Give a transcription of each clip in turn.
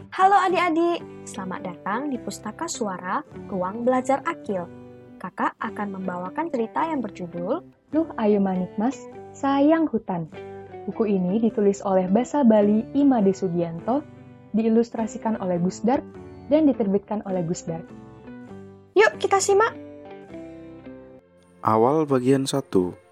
Halo adik-adik, selamat datang di Pustaka Suara Ruang Belajar Akil. Kakak akan membawakan cerita yang berjudul Luh Ayo Manik Mas, Sayang Hutan. Buku ini ditulis oleh Basa Bali Imade Sugianto, diilustrasikan oleh Gusdar, dan diterbitkan oleh Gusdar. Yuk kita simak. Awal bagian 1.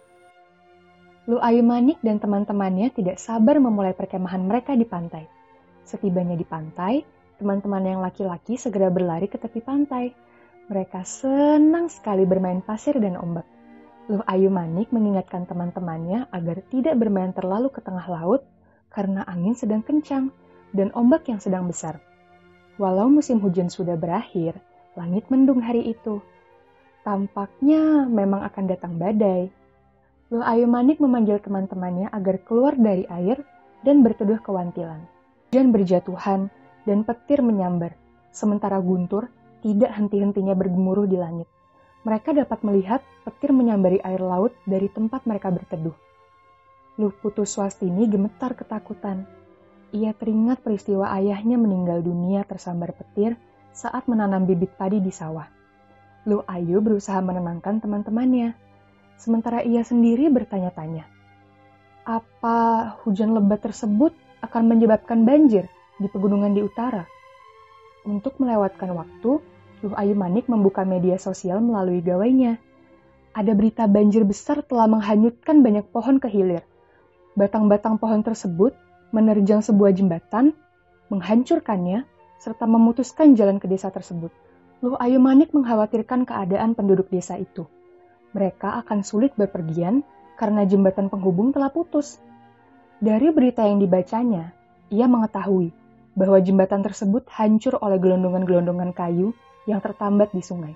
Luh Ayo Manik dan teman-temannya tidak sabar memulai perkemahan mereka di pantai. Setibanya di pantai, teman-teman yang laki-laki segera berlari ke tepi pantai. Mereka senang sekali bermain pasir dan ombak. Luh Ayo Manik mengingatkan teman-temannya agar tidak bermain terlalu ke tengah laut karena angin sedang kencang dan ombak yang sedang besar. Walau musim hujan sudah berakhir, langit mendung hari itu. Tampaknya memang akan datang badai. Luh Ayo Manik memanggil teman-temannya agar keluar dari air dan berteduh kewantilan. Hujan berjatuhan dan petir menyambar, sementara guntur tidak henti-hentinya bergemuruh di langit. Mereka dapat melihat petir menyambari air laut dari tempat mereka berteduh. Luh Putu Swastini gemetar ketakutan. Ia teringat peristiwa ayahnya meninggal dunia tersambar petir saat menanam bibit padi di sawah. Luh Ayo berusaha menenangkan teman-temannya, sementara ia sendiri bertanya-tanya. Apa hujan lebat tersebut akan menyebabkan banjir di pegunungan di utara? Untuk melewatkan waktu, Luh Ayo Manik membuka media sosial melalui gawainya. Ada berita banjir besar telah menghanyutkan banyak pohon ke hilir. Batang-batang pohon tersebut menerjang sebuah jembatan, menghancurkannya, serta memutuskan jalan ke desa tersebut. Luh Ayo Manik mengkhawatirkan keadaan penduduk desa itu. Mereka akan sulit bepergian karena jembatan penghubung telah putus. Dari berita yang dibacanya, ia mengetahui bahwa jembatan tersebut hancur oleh gelondongan-gelondongan kayu yang tertambat di sungai.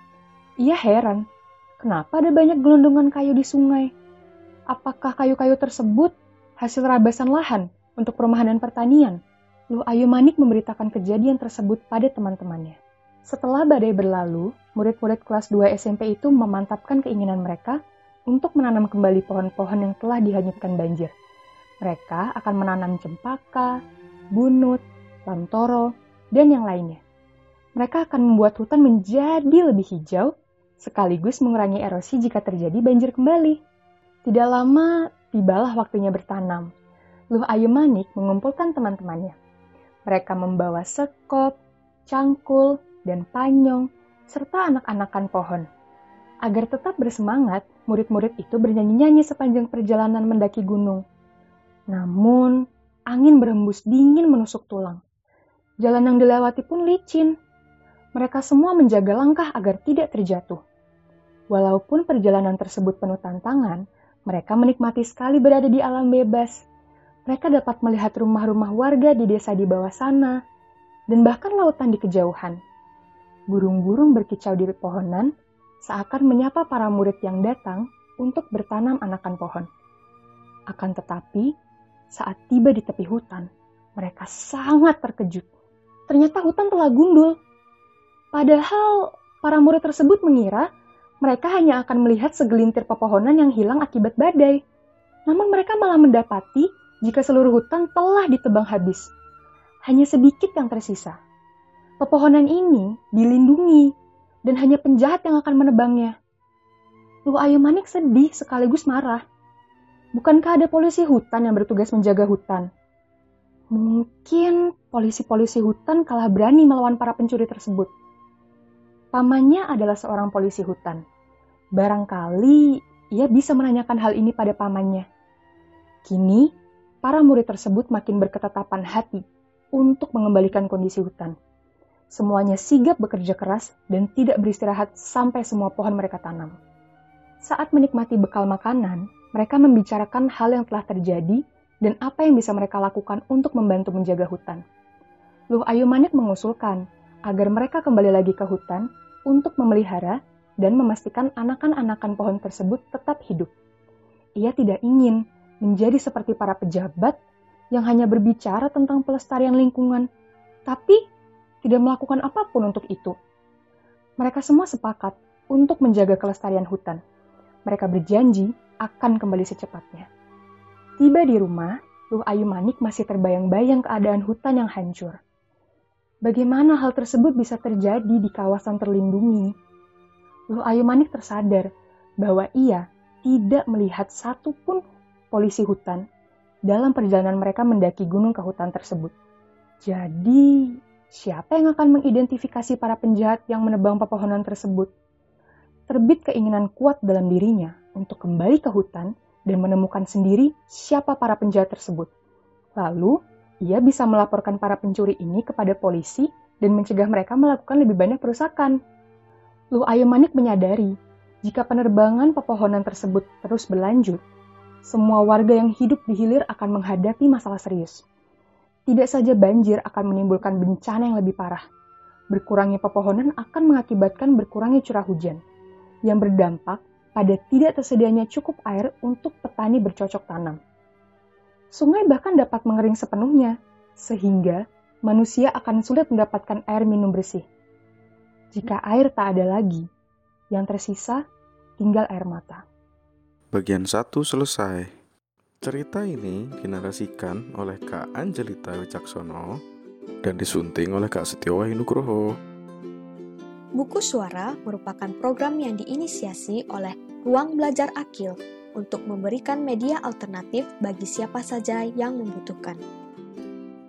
Ia heran, kenapa ada banyak gelondongan kayu di sungai? Apakah kayu-kayu tersebut hasil rabasan lahan untuk perumahan dan pertanian? Luh Ayo Manik memberitakan kejadian tersebut pada teman-temannya. Setelah badai berlalu, murid-murid kelas 2 SMP itu memantapkan keinginan mereka untuk menanam kembali pohon-pohon yang telah dihanyutkan banjir. Mereka akan menanam cempaka, bunut, lantoro, dan yang lainnya. Mereka akan membuat hutan menjadi lebih hijau, sekaligus mengurangi erosi jika terjadi banjir kembali. Tidak lama, tibalah waktunya bertanam. Luh Ayo Manik mengumpulkan teman-temannya. Mereka membawa sekop, cangkul, dan panyong, serta anak-anakan pohon. Agar tetap bersemangat, murid-murid itu bernyanyi-nyanyi sepanjang perjalanan mendaki gunung. Namun, angin berhembus dingin menusuk tulang. Jalan yang dilewati pun licin. Mereka semua menjaga langkah agar tidak terjatuh. Walaupun perjalanan tersebut penuh tantangan, mereka menikmati sekali berada di alam bebas. Mereka dapat melihat rumah-rumah warga di desa di bawah sana, dan bahkan lautan di kejauhan. Burung-burung berkicau di pohonan, seakan menyapa para murid yang datang untuk bertanam anakan pohon. Akan tetapi, saat tiba di tepi hutan, mereka sangat terkejut. Ternyata hutan telah gundul. Padahal, para murid tersebut mengira mereka hanya akan melihat segelintir pepohonan yang hilang akibat badai. Namun mereka malah mendapati jika seluruh hutan telah ditebang habis. Hanya sedikit yang tersisa. Pepohonan ini dilindungi dan hanya penjahat yang akan menebangnya. Luh Ayo Manik sedih sekaligus marah. Bukankah ada polisi hutan yang bertugas menjaga hutan? Mungkin polisi-polisi hutan kalah berani melawan para pencuri tersebut. Pamannya adalah seorang polisi hutan. Barangkali ia bisa menanyakan hal ini pada pamannya. Kini, para murid tersebut makin berketetapan hati untuk mengembalikan kondisi hutan. Semuanya sigap bekerja keras dan tidak beristirahat sampai semua pohon mereka tanam. Saat menikmati bekal makanan, mereka membicarakan hal yang telah terjadi dan apa yang bisa mereka lakukan untuk membantu menjaga hutan. Luh Ayo Manik mengusulkan agar mereka kembali lagi ke hutan untuk memelihara dan memastikan anakan-anakan pohon tersebut tetap hidup. Ia tidak ingin menjadi seperti para pejabat yang hanya berbicara tentang pelestarian lingkungan, tapi tidak melakukan apapun untuk itu. Mereka semua sepakat untuk menjaga kelestarian hutan. Mereka berjanji akan kembali secepatnya. Tiba di rumah, Luh Ayo Manik masih terbayang-bayang keadaan hutan yang hancur. Bagaimana hal tersebut bisa terjadi di kawasan terlindungi? Lu Ayu Manik tersadar bahwa ia tidak melihat satupun polisi hutan dalam perjalanan mereka mendaki gunung ke hutan tersebut. Jadi, siapa yang akan mengidentifikasi para penjahat yang menebang pepohonan tersebut? Terbit keinginan kuat dalam dirinya untuk kembali ke hutan dan menemukan sendiri siapa para penjahat tersebut. Lalu, ia bisa melaporkan para pencuri ini kepada polisi dan mencegah mereka melakukan lebih banyak perusakan. Lu Ayu Manik menyadari, jika penerbangan pepohonan tersebut terus berlanjut, semua warga yang hidup di hilir akan menghadapi masalah serius. Tidak saja banjir akan menimbulkan bencana yang lebih parah. Berkurangnya pepohonan akan mengakibatkan berkurangnya curah hujan, yang berdampak pada tidak tersedianya cukup air untuk petani bercocok tanam. Sungai bahkan dapat mengering sepenuhnya, sehingga manusia akan sulit mendapatkan air minum bersih. Jika air tak ada lagi, yang tersisa tinggal air mata. Bagian 1 selesai. Cerita ini dinarasikan oleh Kak Angelita Wicaksono dan disunting oleh Kak Setiowahi Nugroho. Buku Suara merupakan program yang diinisiasi oleh Ruang Belajar Akil untuk memberikan media alternatif bagi siapa saja yang membutuhkan.